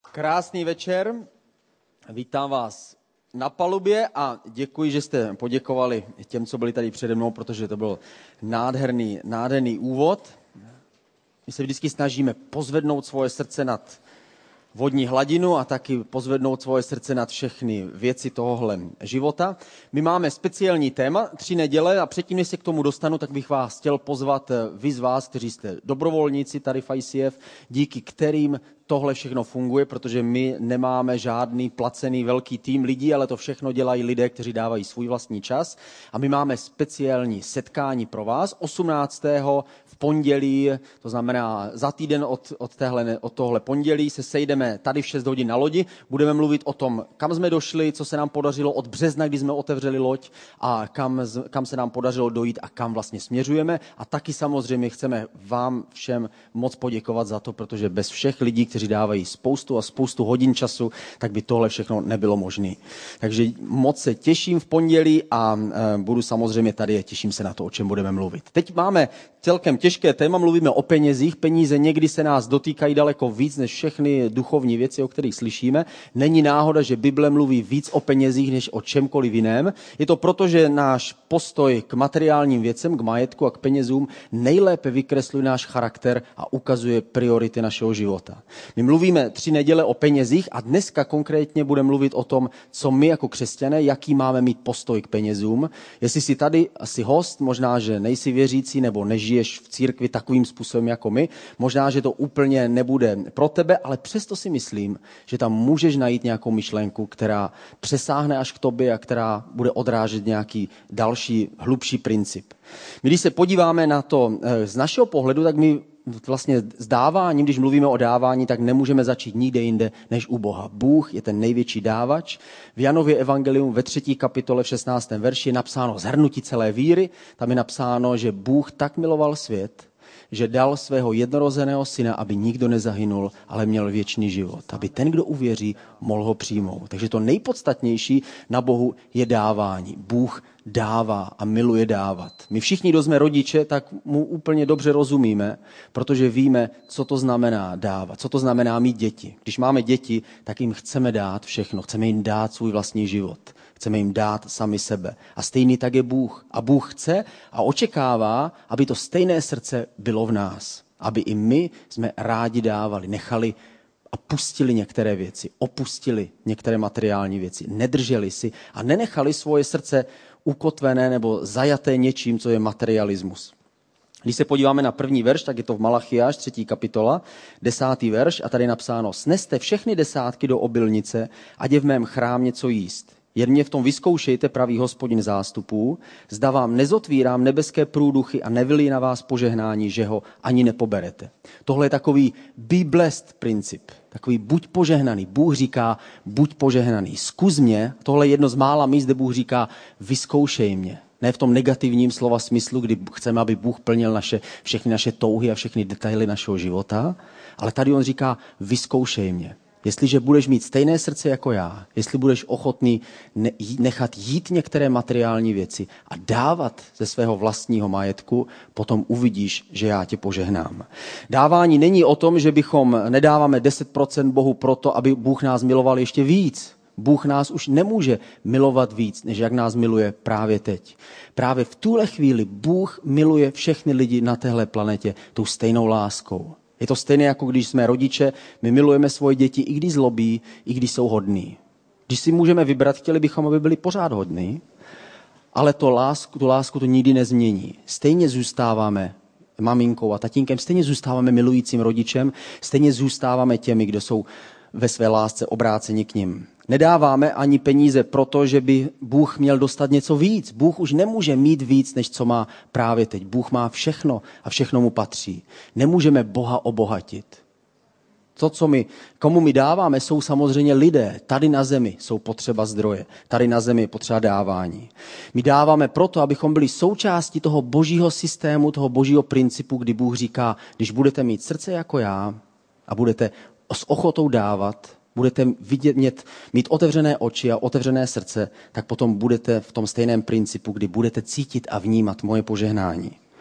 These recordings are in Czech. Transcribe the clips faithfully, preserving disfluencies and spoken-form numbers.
Krásný večer, vítám vás na palubě a děkuji, že jste poděkovali těm, co byli tady přede mnou, protože to byl nádherný, nádherný úvod. My se vždycky snažíme pozvednout svoje srdce nad vodní hladinu a taky pozvednout svoje srdce nad všechny věci tohohle života. My máme speciální téma, tři neděle, a předtím, než se k tomu dostanu, tak bych vás chtěl pozvat vy z vás, kteří jste dobrovolníci tady v I C F, díky kterým tohle všechno funguje, protože my nemáme žádný placený velký tým lidí, ale to všechno dělají lidé, kteří dávají svůj vlastní čas. A my máme speciální setkání pro vás osmnáctého v pondělí, to znamená za týden od, od, téhle, od tohle pondělí se sejdeme tady v šest hodin na lodi. Budeme mluvit o tom, kam jsme došli, co se nám podařilo od března, kdy jsme otevřeli loď, a kam, kam se nám podařilo dojít a kam vlastně směřujeme. A taky samozřejmě chceme vám všem moc poděkovat za to, protože bez všech lidí, kteří dávají spoustu a spoustu hodin času, tak by tohle všechno nebylo možné. Takže moc se těším v pondělí a e, budu samozřejmě tady a těším se na to, o čem budeme mluvit. Teď máme celkem těžké téma, mluvíme o penězích. Peníze někdy se nás dotýkají daleko víc než všechny duchovní věci, o kterých slyšíme. Není náhoda, že Bible mluví víc o penězích než o čemkoliv jiném. Je to proto, že náš postoj k materiálním věcem, k majetku a k penězům nejlépe vykresluje náš charakter a ukazuje priority našeho života. My mluvíme tři neděle o penězích a dneska konkrétně budeme mluvit o tom, co my jako křesťané, jaký máme mít postoj k penězům. Jestli jsi tady asi host, možná, že nejsi věřící nebo nežiješ v církvi takovým způsobem jako my, možná, že to úplně nebude pro tebe, ale přesto si myslím, že tam můžeš najít nějakou myšlenku, která přesáhne až k tobě a která bude odrážet nějaký další, hlubší princip. My, když se podíváme na to z našeho pohledu, tak my vlastně s dáváním, když mluvíme o dávání, tak nemůžeme začít nikde jinde než u Boha. Bůh je ten největší dávač. V Janově evangelium ve třetí kapitole v šestnáctém verši je napsáno shrnutí celé víry. Tam je napsáno, že Bůh tak miloval svět, že dal svého jednorozeného syna, aby nikdo nezahynul, ale měl věčný život. Aby ten, kdo uvěří, mohl ho přijmout. Takže to nejpodstatnější na Bohu je dávání. Bůh dává a miluje dávat. My všichni, kdo jsme rodiče, tak mu úplně dobře rozumíme, protože víme, co to znamená dávat, co to znamená mít děti. Když máme děti, tak jim chceme dát všechno, chceme jim dát svůj vlastní život. Chceme jim dát sami sebe. A stejný tak je Bůh. A Bůh chce a očekává, aby to stejné srdce bylo v nás. Aby i my jsme rádi dávali, nechali a pustili některé věci, opustili některé materiální věci, nedrželi si a nenechali svoje srdce ukotvené nebo zajaté něčím, co je materialismus. Když se podíváme na první verš, tak je to v Malachiáš, třetí kapitola, desátý verš, a tady je napsáno: sneste všechny desátky do obilnice, ať je v mém chrám něco jíst. Jen mě v tom vyzkoušejte, pravý Hospodin zástupů, zda vám nezotvírám nebeské průduchy a nevylí na vás požehnání, že ho ani nepoberete. Tohle je takový be blessed princip, takový buď požehnaný. Bůh říká, buď požehnaný. Zkus mě, tohle je jedno z mála míst, kde Bůh říká, vyzkoušej mě. Ne v tom negativním slova smyslu, kdy chceme, aby Bůh plnil naše, všechny naše touhy a všechny detaily našeho života, ale tady on říká, vyzkoušej mě. Jestliže budeš mít stejné srdce jako já, jestli budeš ochotný nechat jít některé materiální věci a dávat ze svého vlastního majetku, potom uvidíš, že já tě požehnám. Dávání není o tom, že bychom nedáváme deset procent Bohu proto, aby Bůh nás miloval ještě víc. Bůh nás už nemůže milovat víc, než jak nás miluje právě teď. Právě v tuhle chvíli Bůh miluje všechny lidi na téhle planetě tou stejnou láskou. Je to stejné, jako když jsme rodiče, my milujeme svoje děti, i když zlobí, i když jsou hodní. Když si můžeme vybrat, chtěli bychom, aby byli pořád hodní, ale to lásku, tu lásku to nikdy nezmění. Stejně zůstáváme maminkou a tatínkem, stejně zůstáváme milujícím rodičem, stejně zůstáváme těmi, kdo jsou ve své lásce obráceni k nim. Nedáváme ani peníze proto, že by Bůh měl dostat něco víc. Bůh už nemůže mít víc, než co má právě teď. Bůh má všechno a všechno mu patří. Nemůžeme Boha obohatit. To, co my, komu my dáváme, jsou samozřejmě lidé. Tady na zemi jsou potřeba zdroje. Tady na zemi je potřeba dávání. My dáváme proto, abychom byli součástí toho božího systému, toho božího principu, kdy Bůh říká, když budete mít srdce jako já a budete s ochotou dávat, budete vidět, mít, mít otevřené oči a otevřené srdce, tak potom budete v tom stejném principu, kdy budete cítit a vnímat moje požehnání.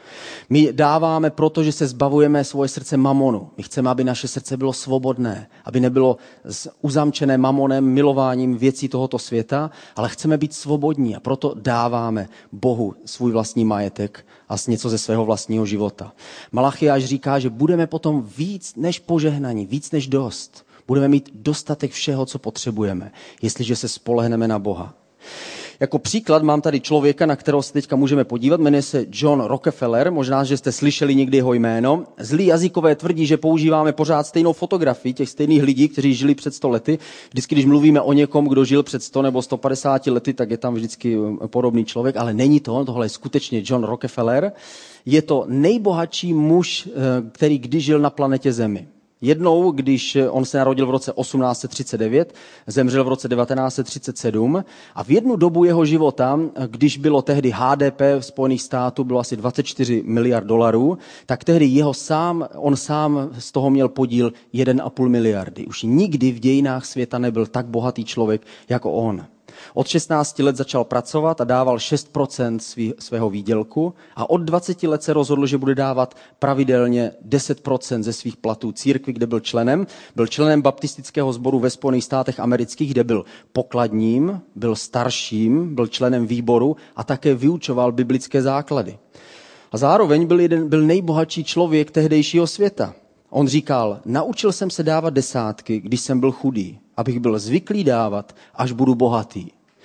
My dáváme proto, že se zbavujeme svoje srdce mamonu. My chceme, aby naše srdce bylo svobodné, aby nebylo uzamčené mamonem, milováním věcí tohoto světa, ale chceme být svobodní a proto dáváme Bohu svůj vlastní majetek a něco ze svého vlastního života. Malachiáš říká, že budeme potom víc než požehnaní, víc než dost. Budeme mít dostatek všeho, co potřebujeme, jestliže se spolehneme na Boha. Jako příklad mám tady člověka, na kterého se teďka můžeme podívat, jmenuje se John Rockefeller, možná, že jste slyšeli někdy jeho jméno. Zlí jazykové tvrdí, že používáme pořád stejnou fotografii těch stejných lidí, kteří žili před sto lety. Vždycky, když mluvíme o někom, kdo žil před sto nebo sto padesáti lety, tak je tam vždycky podobný člověk, ale není to, tohle je skutečně John Rockefeller. Je to nejbohatší muž, který kdy žil na planetě Zemi. Jednou, když on se narodil v roce osmnáct set třicet devět, zemřel v roce devatenáct set třicet sedm a v jednu dobu jeho života, když bylo tehdy H D P v Spojených států bylo asi dvacet čtyři miliard dolarů, tak tehdy jeho sám, on sám z toho měl podíl jedna a půl miliardy. Už nikdy v dějinách světa nebyl tak bohatý člověk jako on. Od šestnácti let začal pracovat a dával šest procent svý, svého výdělku a od dvaceti let se rozhodl, že bude dávat pravidelně deset procent ze svých platů církvi, kde byl členem. Byl členem baptistického sboru ve Spojených státech amerických, kde byl pokladním, byl starším, byl členem výboru a také vyučoval biblické základy. A zároveň byl, jeden, byl nejbohatší člověk tehdejšího světa. On říkal, naučil jsem se dávat desátky, když jsem byl chudý, abych byl zvyklý dávat, až budu bohatý.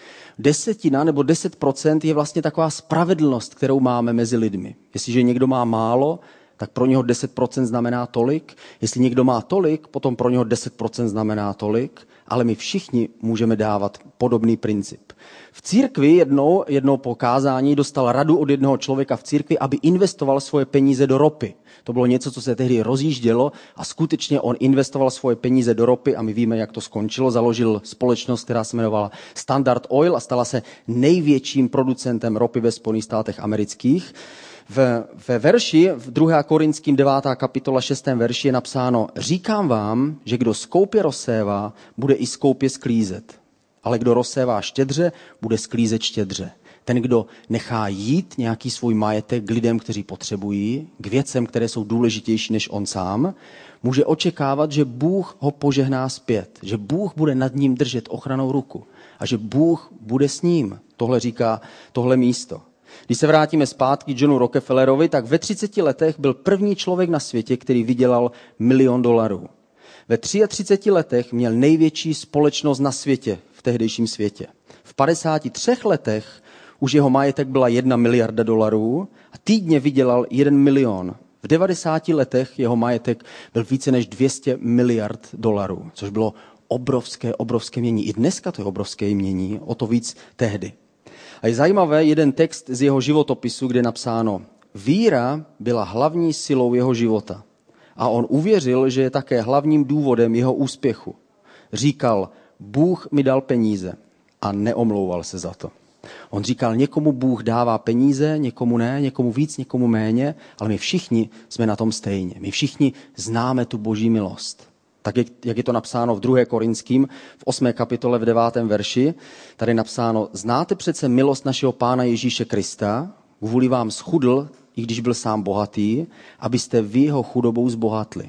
Desetina nebo deset procent je vlastně taková spravedlnost, kterou máme mezi lidmi. Jestliže někdo má málo, tak pro něho deset procent znamená tolik. Jestli někdo má tolik, potom pro něho deset procent znamená tolik. Ale my všichni můžeme dávat podobný princip. V církvi jednou, jednou po kázání dostal radu od jednoho člověka v církvi, aby investoval svoje peníze do ropy. To bylo něco, co se tehdy rozjíždělo a skutečně on investoval svoje peníze do ropy a my víme, jak to skončilo. Založil společnost, která se jmenovala Standard Oil a stala se největším producentem ropy ve Spojených státech amerických. Ve, ve verši, v druhé Korinským devátá kapitola šestém verši je napsáno: říkám vám, že kdo skoupě rozsévá, bude i skoupě sklízet. Ale kdo rozsévá štědře, bude sklízet štědře. Ten, kdo nechá jít nějaký svůj majetek k lidem, kteří potřebují, k věcem, které jsou důležitější než on sám, může očekávat, že Bůh ho požehná zpět, že Bůh bude nad ním držet ochrannou ruku a že Bůh bude s ním. Tohle říká tohle místo. Když se vrátíme zpátky k Johnu Rockefellerovi, tak ve třiceti letech byl první člověk na světě, který vydělal milion dolarů. Ve třiatřiceti třech letech měl největší společnost na světě, v tehdejším světě. V padesáti třech letech už jeho majetek byla jedna miliarda dolarů a týdně vydělal jeden milion. V devadesáti letech jeho majetek byl více než dvě stě miliard dolarů, což bylo obrovské, obrovské mění. I dneska to je obrovské mění, o to víc tehdy. A je zajímavé jeden text z jeho životopisu, kde je napsáno: víra byla hlavní silou jeho života a on uvěřil, že je také hlavním důvodem jeho úspěchu. Říkal, Bůh mi dal peníze a neomlouval se za to. On říkal, někomu Bůh dává peníze, někomu ne, někomu víc, někomu méně, ale my všichni jsme na tom stejně. My všichni známe tu boží milost. Tak jak je to napsáno v druhé Korinským, v osmé kapitole v devátém verši, tady je napsáno, znáte přece milost našeho Pána Ježíše Krista, kvůli vám schudl, i když byl sám bohatý, abyste vy jeho chudobou zbohatli.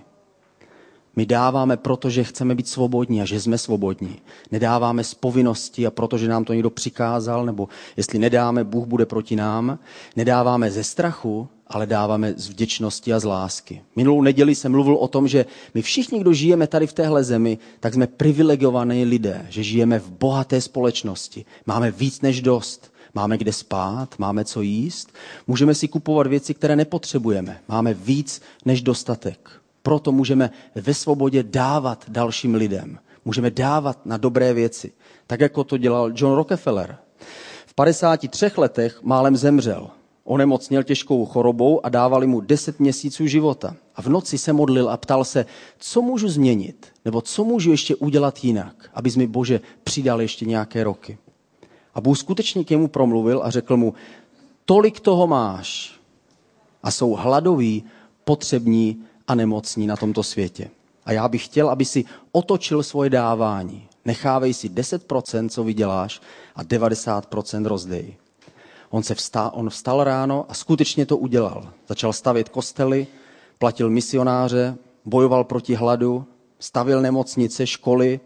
My dáváme, protože chceme být svobodní a že jsme svobodní. Nedáváme z povinnosti a protože nám to někdo přikázal, nebo jestli nedáme, Bůh bude proti nám. Nedáváme ze strachu, ale dáváme z vděčnosti a z lásky. Minulou neděli jsem mluvil o tom, že my všichni, kdo žijeme tady v téhle zemi, tak jsme privilegovaní lidé, že žijeme v bohaté společnosti. Máme víc než dost. Máme kde spát, máme co jíst. Můžeme si kupovat věci, které nepotřebujeme. Máme víc než dostatek. Proto můžeme ve svobodě dávat dalším lidem. Můžeme dávat na dobré věci. Tak, jako to dělal John Rockefeller. V padesáti třech letech málem zemřel. Onemocněl těžkou chorobou a dávali mu deset měsíců života. A v noci se modlil a ptal se, co můžu změnit, nebo co můžu ještě udělat jinak, abys mi, Bože, přidal ještě nějaké roky. A Bůh skutečně k němu promluvil a řekl mu, tolik toho máš a jsou hladoví, potřební a nemocní na tomto světě. A já bych chtěl, aby si otočil svoje dávání. Nechávej si deset procent, co vyděláš, a devadesát procent rozdej. On, se vstal, on vstal ráno a skutečně to udělal. Začal stavět kostely, platil misionáře, bojoval proti hladu, stavěl nemocnice, školy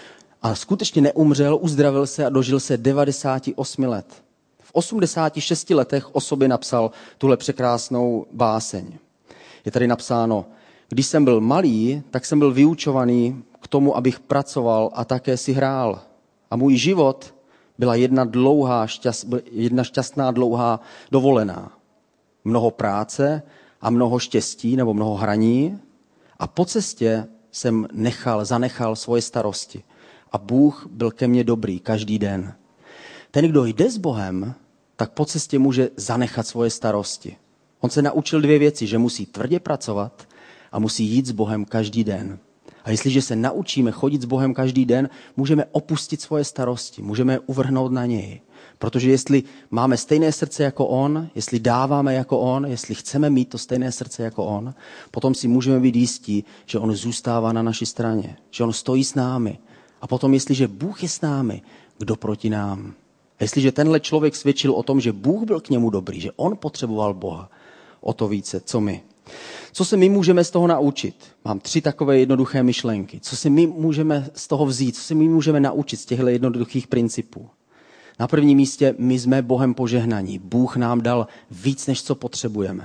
a skutečně neumřel, uzdravil se a dožil se devadesát osm let. V osmdesáti šesti letech o sobě napsal tuhle překrásnou báseň. Je tady napsáno: když jsem byl malý, tak jsem byl vyučovaný k tomu, abych pracoval a také si hrál. A můj život byla jedna, dlouhá, šťast, jedna šťastná dlouhá dovolená. Mnoho práce a mnoho štěstí nebo mnoho hraní a po cestě jsem nechal, zanechal svoje starosti. A Bůh byl ke mně dobrý každý den. Ten, kdo jde s Bohem, tak po cestě může zanechat svoje starosti. On se naučil dvě věci, že musí tvrdě pracovat a musí jít s Bohem každý den. A jestliže se naučíme chodit s Bohem každý den, můžeme opustit svoje starosti, můžeme je uvrhnout na něj. Protože jestli máme stejné srdce jako on, jestli dáváme jako on, jestli chceme mít to stejné srdce jako on, potom si můžeme být jistí, že on zůstává na naší straně, že on stojí s námi. A potom, jestliže Bůh je s námi, kdo proti nám? A jestliže tenhle člověk svědčil o tom, že Bůh byl k němu dobrý, že on potřeboval Boha, o to více, co my. Co se my můžeme z toho naučit? Mám tři takové jednoduché myšlenky. Co si my můžeme z toho vzít? Co si my můžeme naučit z těchto jednoduchých principů? Na prvním místě my jsme Bohem požehnaní. Bůh nám dal víc, než co potřebujeme.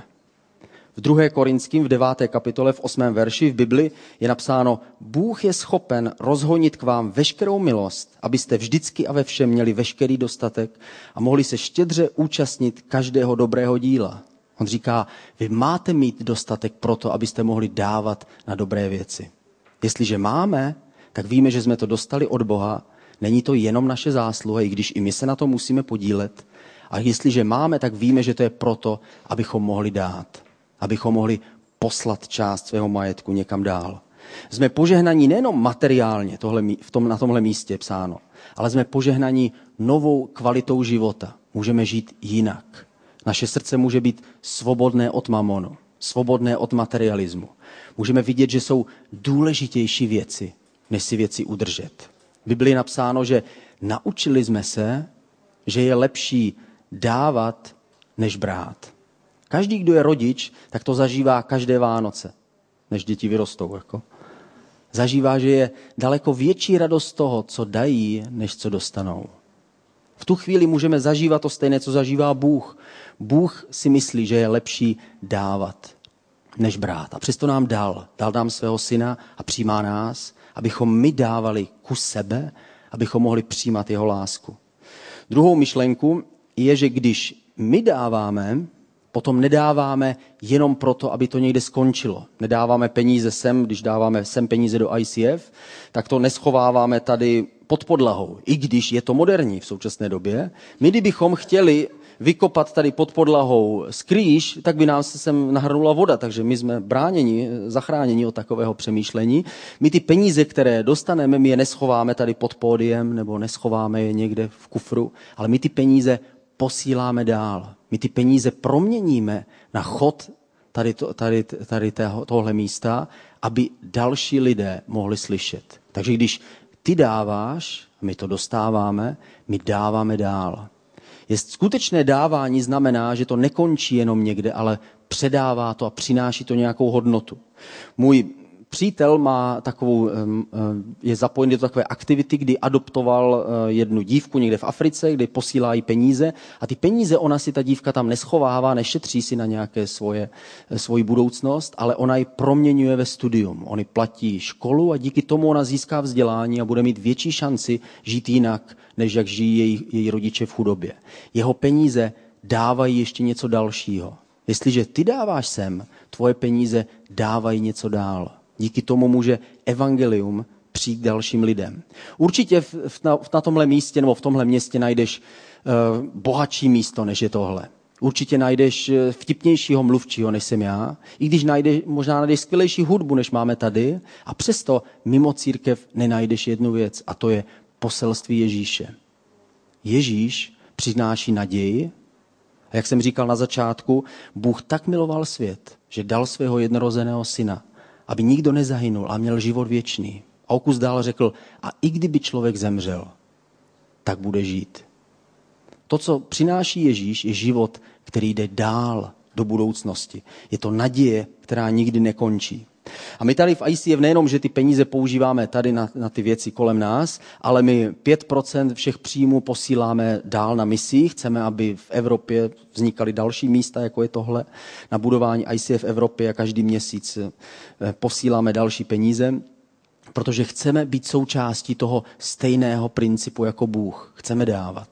V druhé Korinským v deváté kapitole v osmém verši v Bibli je napsáno: Bůh je schopen rozhonit k vám veškerou milost, abyste vždycky a ve všem měli veškerý dostatek a mohli se štědře účastnit každého dobrého díla. On říká, vy máte mít dostatek proto, abyste mohli dávat na dobré věci. Jestliže máme, tak víme, že jsme to dostali od Boha. Není to jenom naše zásluha, i když i my se na to musíme podílet. A jestliže máme, tak víme, že to je proto, abychom mohli dát. Abychom mohli poslat část svého majetku někam dál. Jsme požehnaní nejenom materiálně, tohle, v tom, na tomhle místě psáno, ale jsme požehnaní novou kvalitou života. Můžeme žít jinak. Naše srdce může být svobodné od mamonu, svobodné od materialismu. Můžeme vidět, že jsou důležitější věci, než si věci udržet. V Biblii je napsáno, že naučili jsme se, že je lepší dávat, než brát. Každý, kdo je rodič, tak to zažívá každé Vánoce, než děti vyrostou. Jako. Zažívá, že je daleko větší radost toho, co dají, než co dostanou. V tu chvíli můžeme zažívat to stejné, co zažívá Bůh. Bůh si myslí, že je lepší dávat, než brát. A přesto nám dal. Dal nám svého syna a přijímá nás, abychom my dávali kus sebe, abychom mohli přijímat jeho lásku. Druhou myšlenku je, že když my dáváme, potom nedáváme jenom proto, aby to někde skončilo. Nedáváme peníze sem, když dáváme sem peníze do I C F, tak to neschováváme tady pod podlahou. I když je to moderní v současné době. My, kdybychom chtěli vykopat tady pod podlahou skrýš, tak by nám se sem nahrnula voda, takže my jsme bráněni, zachráněni od takového přemýšlení. My ty peníze, které dostaneme, my je neschováme tady pod pódiem nebo neschováme je někde v kufru, ale my ty peníze posíláme dál. My ty peníze proměníme na chod tady, to, tady, tady toho, tohle místa, aby další lidé mohli slyšet. Takže když ty dáváš, my to dostáváme, my dáváme dál. Je skutečné dávání znamená, že to nekončí jenom někde, ale předává to a přináší to nějakou hodnotu. Můj přítel má takovou, je zapojený do takové aktivity, kdy adoptoval jednu dívku někde v Africe, kde posílá jí peníze a ty peníze ona si ta dívka tam neschovává, nešetří si na nějaké svoje, svoji budoucnost, ale ona ji proměňuje ve studium. On ji platí školu a díky tomu ona získá vzdělání a bude mít větší šanci žít jinak, než jak žijí její, její rodiče v chudobě. Jeho peníze dávají ještě něco dalšího. Jestliže ty dáváš sem, tvoje peníze dávají něco dál. Díky tomu může evangelium přijít k dalším lidem. Určitě v, v, na, na tomhle místě nebo v tomhle městě najdeš uh, bohatší místo, než je tohle. Určitě najdeš vtipnějšího mluvčího, než jsem já. I když najdeš, možná najdeš skvělejší hudbu, než máme tady. A přesto mimo církev nenajdeš jednu věc a to je poselství Ježíše. Ježíš přináší naději. A jak jsem říkal na začátku, Bůh tak miloval svět, že dal svého jednorozeného syna, aby nikdo nezahynul a měl život věčný. A o kus dál řekl, a i kdyby člověk zemřel, tak bude žít. To, co přináší Ježíš, je život, který jde dál do budoucnosti. Je to naděje, která nikdy nekončí. A my tady v I C F nejenom, že ty peníze používáme tady na, na ty věci kolem nás, ale my pět procent všech příjmů posíláme dál na misích. Chceme, aby v Evropě vznikaly další místa, jako je tohle, na budování I C F v Evropě a každý měsíc posíláme další peníze, protože chceme být součástí toho stejného principu jako Bůh. Chceme dávat.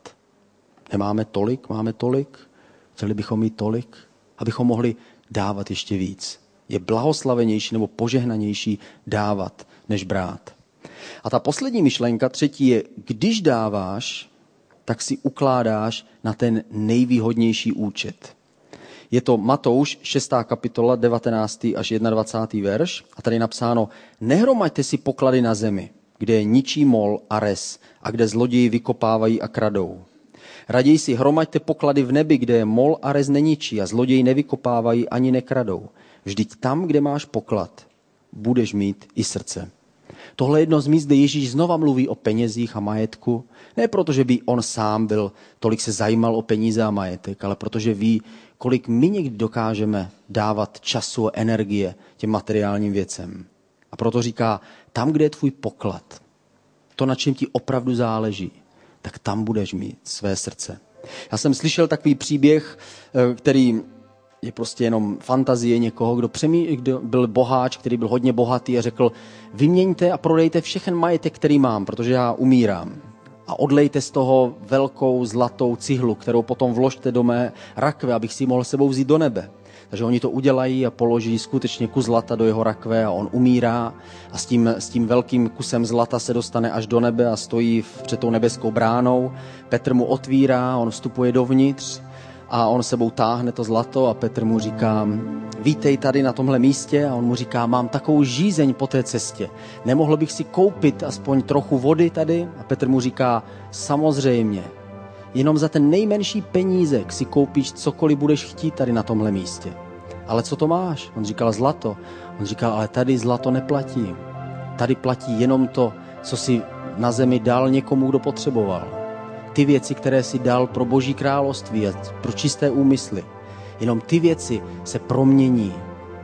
Nemáme tolik, máme tolik, chtěli bychom mít tolik, abychom mohli dávat ještě víc. Je blahoslavenější nebo požehnanější dávat, než brát. A ta poslední myšlenka, třetí je, když dáváš, tak si ukládáš na ten nejvýhodnější účet. Je to Matouš, šestá kapitola, devatenáctý až dvacátý první verš. A tady je napsáno, nehromaďte si poklady na zemi, kde je ničí mol a res a kde zloději vykopávají a kradou. Raději si hromaďte poklady v nebi, kde je mol a res neničí a zloději nevykopávají ani nekradou. Vždyť tam, kde máš poklad, budeš mít i srdce. Tohle je jedno z míst, kde Ježíš znova mluví o penězích a majetku. Ne proto, že by on sám byl, tolik se zajímal o peníze a majetek, ale protože ví, kolik my někdy dokážeme dávat času a energie těm materiálním věcem. A proto říká, tam, kde je tvůj poklad, to, na čem ti opravdu záleží, tak tam budeš mít své srdce. Já jsem slyšel takový příběh, který je prostě jenom fantazie někoho, kdo, přemý, kdo byl boháč, který byl hodně bohatý a řekl, vyměňte a prodejte všechen majetek, který mám, protože já umírám. A odlejte z toho velkou zlatou cihlu, kterou potom vložte do mé rakve, abych si ji mohl sebou vzít do nebe. Takže oni to udělají a položí skutečně kus zlata do jeho rakve a on umírá a s tím, s tím velkým kusem zlata se dostane až do nebe a stojí před tou nebeskou bránou. Petr mu otvírá, on vstupuje dovnitř a on sebou táhne to zlato a Petr mu říká, vítej tady na tomhle místě a on mu říká, mám takovou žízeň po té cestě. Nemohl bych si koupit aspoň trochu vody tady? A Petr mu říká, samozřejmě. Jenom za ten nejmenší penízek si koupíš cokoliv budeš chtít tady na tomhle místě. Ale co to máš? On říkal zlato. On říkal, ale tady zlato neplatí. Tady platí jenom to, co si na zemi dal někomu, kdo potřeboval. Ty věci, které si dal pro Boží království a pro čisté úmysly. Jenom ty věci se promění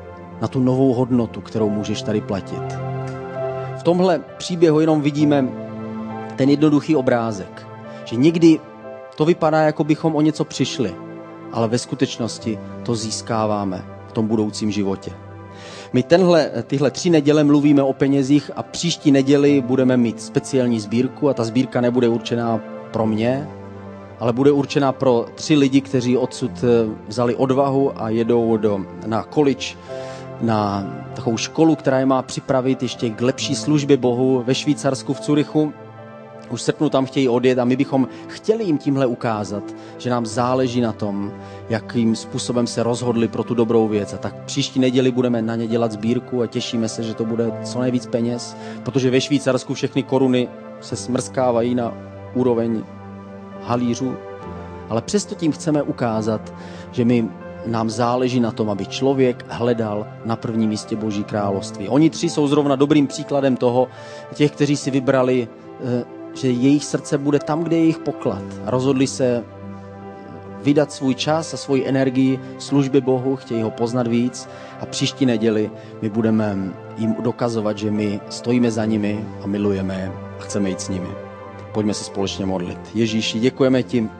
na tu novou hodnotu, kterou můžeš tady platit. V tomhle příběhu jenom vidíme ten jednoduchý obrázek, že někdy to vypadá, jako bychom o něco přišli, ale ve skutečnosti to získáváme v tom budoucím životě. My tenhle, tyhle tři neděle mluvíme o penězích a příští neděli budeme mít speciální sbírku a ta sbírka nebude určená pro mě, ale bude určená pro tři lidi, kteří odsud vzali odvahu a jedou do, na college, na takovou školu, která je má připravit ještě k lepší službě Bohu ve Švýcarsku v Curychu. Už v srpnu tam chtějí odjet a my bychom chtěli jim tímhle ukázat, že nám záleží na tom, jakým způsobem se rozhodli pro tu dobrou věc. A tak příští neděli budeme na ně dělat sbírku a těšíme se, že to bude co nejvíc peněz, protože ve Švýcarsku všechny koruny se smrskávají na úroveň halířů. Ale přesto tím chceme ukázat, že my nám záleží na tom, aby člověk hledal na prvním místě Boží království. Oni tři jsou zrovna dobrým příkladem toho, těch, kteří si vybrali, že jejich srdce bude tam, kde je jejich poklad. A rozhodli se vydat svůj čas a svoji energii službě Bohu, chtějí ho poznat víc a příští neděli my budeme jim dokazovat, že my stojíme za nimi a milujeme je a chceme jít s nimi. Pojďme se společně modlit. Ježíši, děkujeme ti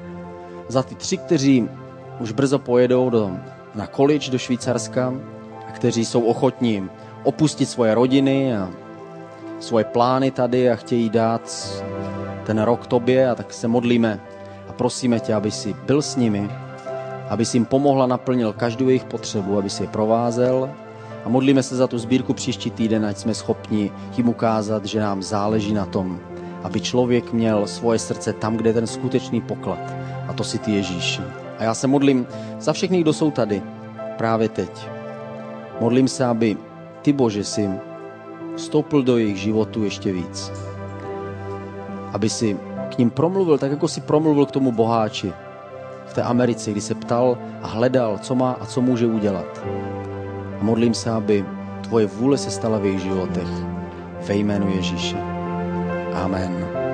za ty tři, kteří už brzo pojedou do, na college do Švýcarska a kteří jsou ochotní opustit svoje rodiny a svoje plány tady a chtějí dát ten rok tobě a tak se modlíme a prosíme tě, aby si byl s nimi, aby si jim pomohla, naplnil každou jejich potřebu, aby si je provázel a modlíme se za tu sbírku příští týden, ať jsme schopni jim ukázat, že nám záleží na tom, aby člověk měl svoje srdce tam, kde je ten skutečný poklad a to si ty, Ježíši. A já se modlím za všechny, kdo jsou tady právě teď. Modlím se, aby ty, Bože, si vstoupil do jejich životu ještě víc. Aby si k ním promluvil, tak jako si promluvil k tomu boháči v té Americe, kdy se ptal a hledal, co má a co může udělat. A modlím se, aby tvoje vůle se stala v jejich životech. Ve jménu Ježíše. Amen.